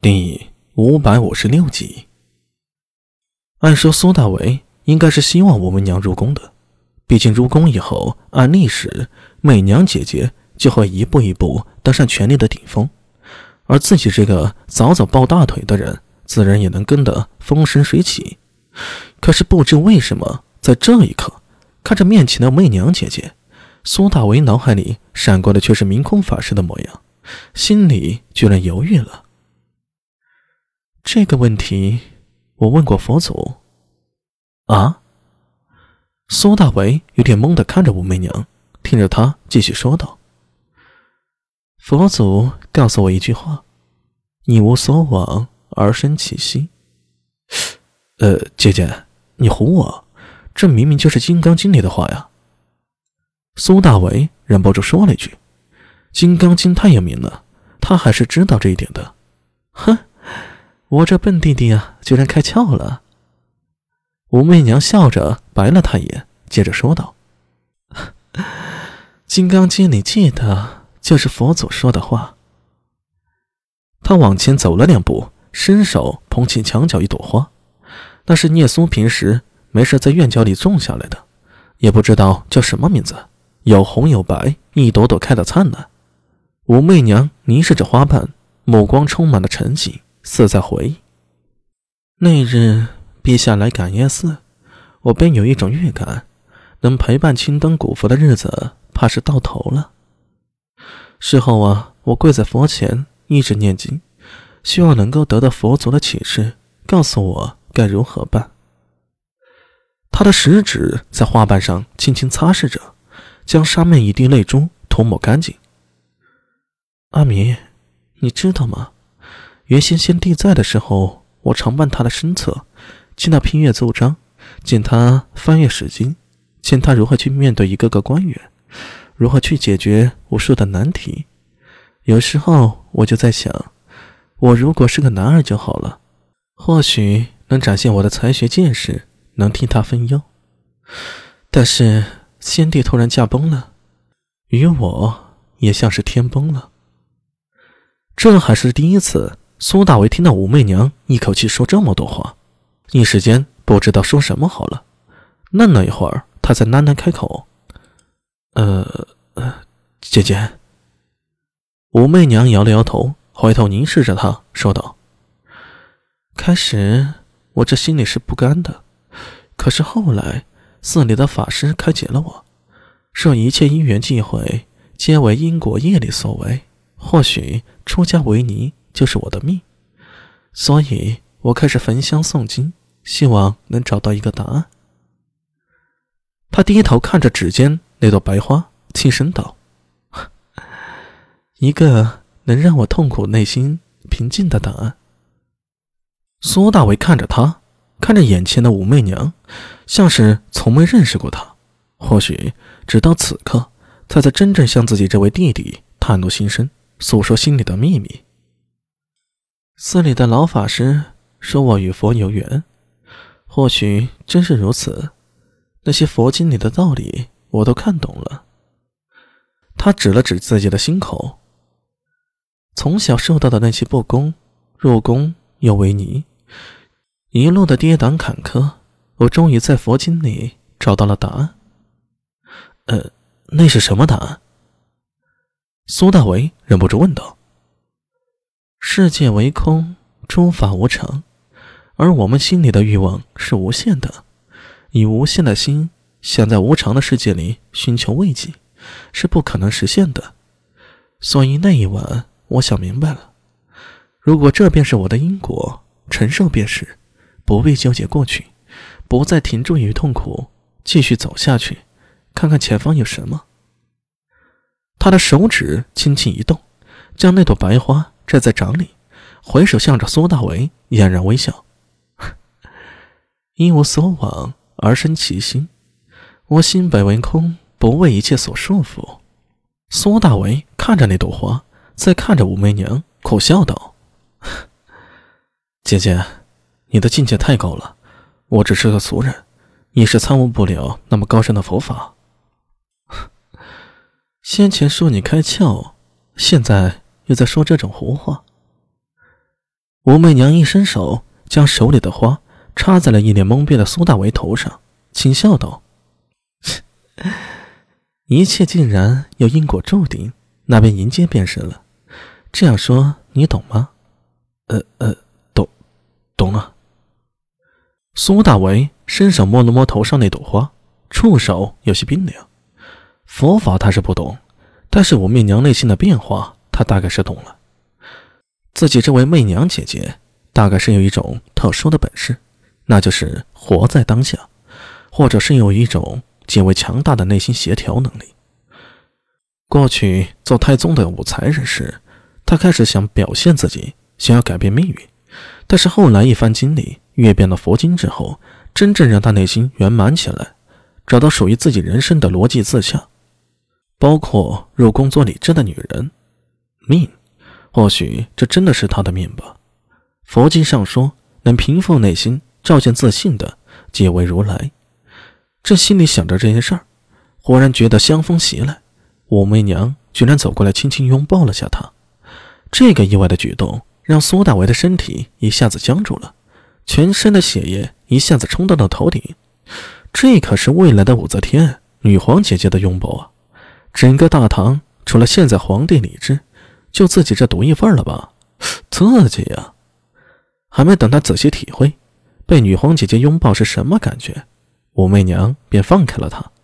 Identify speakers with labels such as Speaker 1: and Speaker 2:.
Speaker 1: 第556集。按说苏大为应该是希望武媚娘入宫的，毕竟入宫以后，按历史，媚娘姐姐就会一步一步登上权力的顶峰，而自己这个早早抱大腿的人，自然也能跟得风生水起。可是不知为什么，在这一刻，看着面前的媚娘姐姐，苏大为脑海里闪过的却是明空法师的模样，心里居然犹豫了。这个问题我问过佛祖。啊？苏大为有点懵地看着武媚娘，听着她继续说道：佛祖告诉我一句话，你无所往而生其心。姐姐，你唬我，这明明就是《金刚经》里的话呀。苏大为忍不住说了一句，《金刚经》太有名了，他还是知道这一点的。哼，我这笨弟弟啊，居然开窍了。武媚娘笑着白了他一眼，接着说道：金刚经里记的就是佛祖说的话。他往前走了2步，伸手捧起墙角一朵花，那是聂苏平时没事在院角里种下来的，也不知道叫什么名字，有红有白，一朵朵开得灿烂。武媚娘凝视着花瓣，目光充满了沉静，似在回忆。那日陛下来感业寺，我便有一种预感，能陪伴青灯古佛的日子怕是到头了。事后啊，我跪在佛前一直念经，希望能够得到佛祖的启示，告诉我该如何办。他的食指在花瓣上轻轻擦拭着，将上面一滴泪珠涂抹干净。阿弥，你知道吗？原先先帝在的时候，我常伴他的身侧，见他批阅奏章，见他翻阅史经，见他如何去面对一个个官员，如何去解决无数的难题。有时候我就在想，我如果是个男儿就好了，或许能展现我的才学见识，能替他分忧。但是先帝突然驾崩了，于我也像是天崩了。这还是第一次苏大为听到武媚娘一口气说这么多话，一时间不知道说什么好了。愣了一会儿，他才喃喃开口：姐姐。武媚娘摇了摇头，回头凝视着他，说道：开始我这心里是不甘的，可是后来寺里的法师开解了我，说一切因缘际会皆为因果业力所为，或许出家为尼就是我的命，所以我开始焚香诵经，希望能找到一个答案。他低头看着指尖那朵白花，轻声道：一个能让我痛苦内心平静的答案。苏大为看着他，看着眼前的武媚娘，像是从没认识过他，或许直到此刻，他才真正向自己这位弟弟袒露心声，诉说心里的秘密。寺里的老法师说我与佛有缘，或许真是如此，那些佛经里的道理我都看懂了。他指了指自己的心口，从小受到的那些不公，入宫又为尼，一路的跌宕坎坷，我终于在佛经里找到了答案。那是什么答案？苏大为忍不住问道。世界为空，诸法无常，而我们心里的欲望是无限的，以无限的心想在无常的世界里寻求慰藉，是不可能实现的。所以那一晚我想明白了，如果这便是我的因果，承受便是，不必纠结过去，不再停驻于痛苦，继续走下去，看看前方有什么。他的手指轻轻一动，将那朵白花摘在掌里，回首向着苏大为嫣然微笑。因无所往而生其心，我心本为空，不为一切所束缚。苏大为看着那朵花，再看着武媚娘，苦笑道：姐姐，你的境界太高了，我只是个俗人，一时参悟不了那么高深的佛法。先前说你开窍，现在又在说这种胡话。 武媚娘一伸手，将手里的花插在了一脸懵逼的苏大为头上，轻笑道：一切竟然有因果注定，那便迎接便是了。这样说你懂吗？懂了。苏大为伸手摸了摸头上那朵花，触手有些冰凉。佛法他是不懂，但是武媚娘内心的变化他大概是懂了。自己这位媚娘姐姐大概是有一种特殊的本事，那就是活在当下，或者是有一种极为强大的内心协调能力。过去做太宗的武才人时，他开始想表现自己，想要改变命运，但是后来一番经历，阅遍了佛经之后，真正让他内心圆满起来，找到属于自己人生的逻辑自洽，包括入宫做理智的女人。命，或许这真的是他的命吧。佛经上说，能平复内心照见自信的皆为如来。正心里想着这件事儿，忽然觉得香风袭来，武媚娘居然走过来轻轻拥抱了下他。这个意外的举动让苏大为的身体一下子僵住了，全身的血液一下子冲到了头顶。这可是未来的武则天女皇姐姐的拥抱啊！整个大唐除了现在皇帝李治，就自己这独一份了吧？自己啊！还没等他仔细体会被女皇姐姐拥抱是什么感觉，武媚娘便放开了他。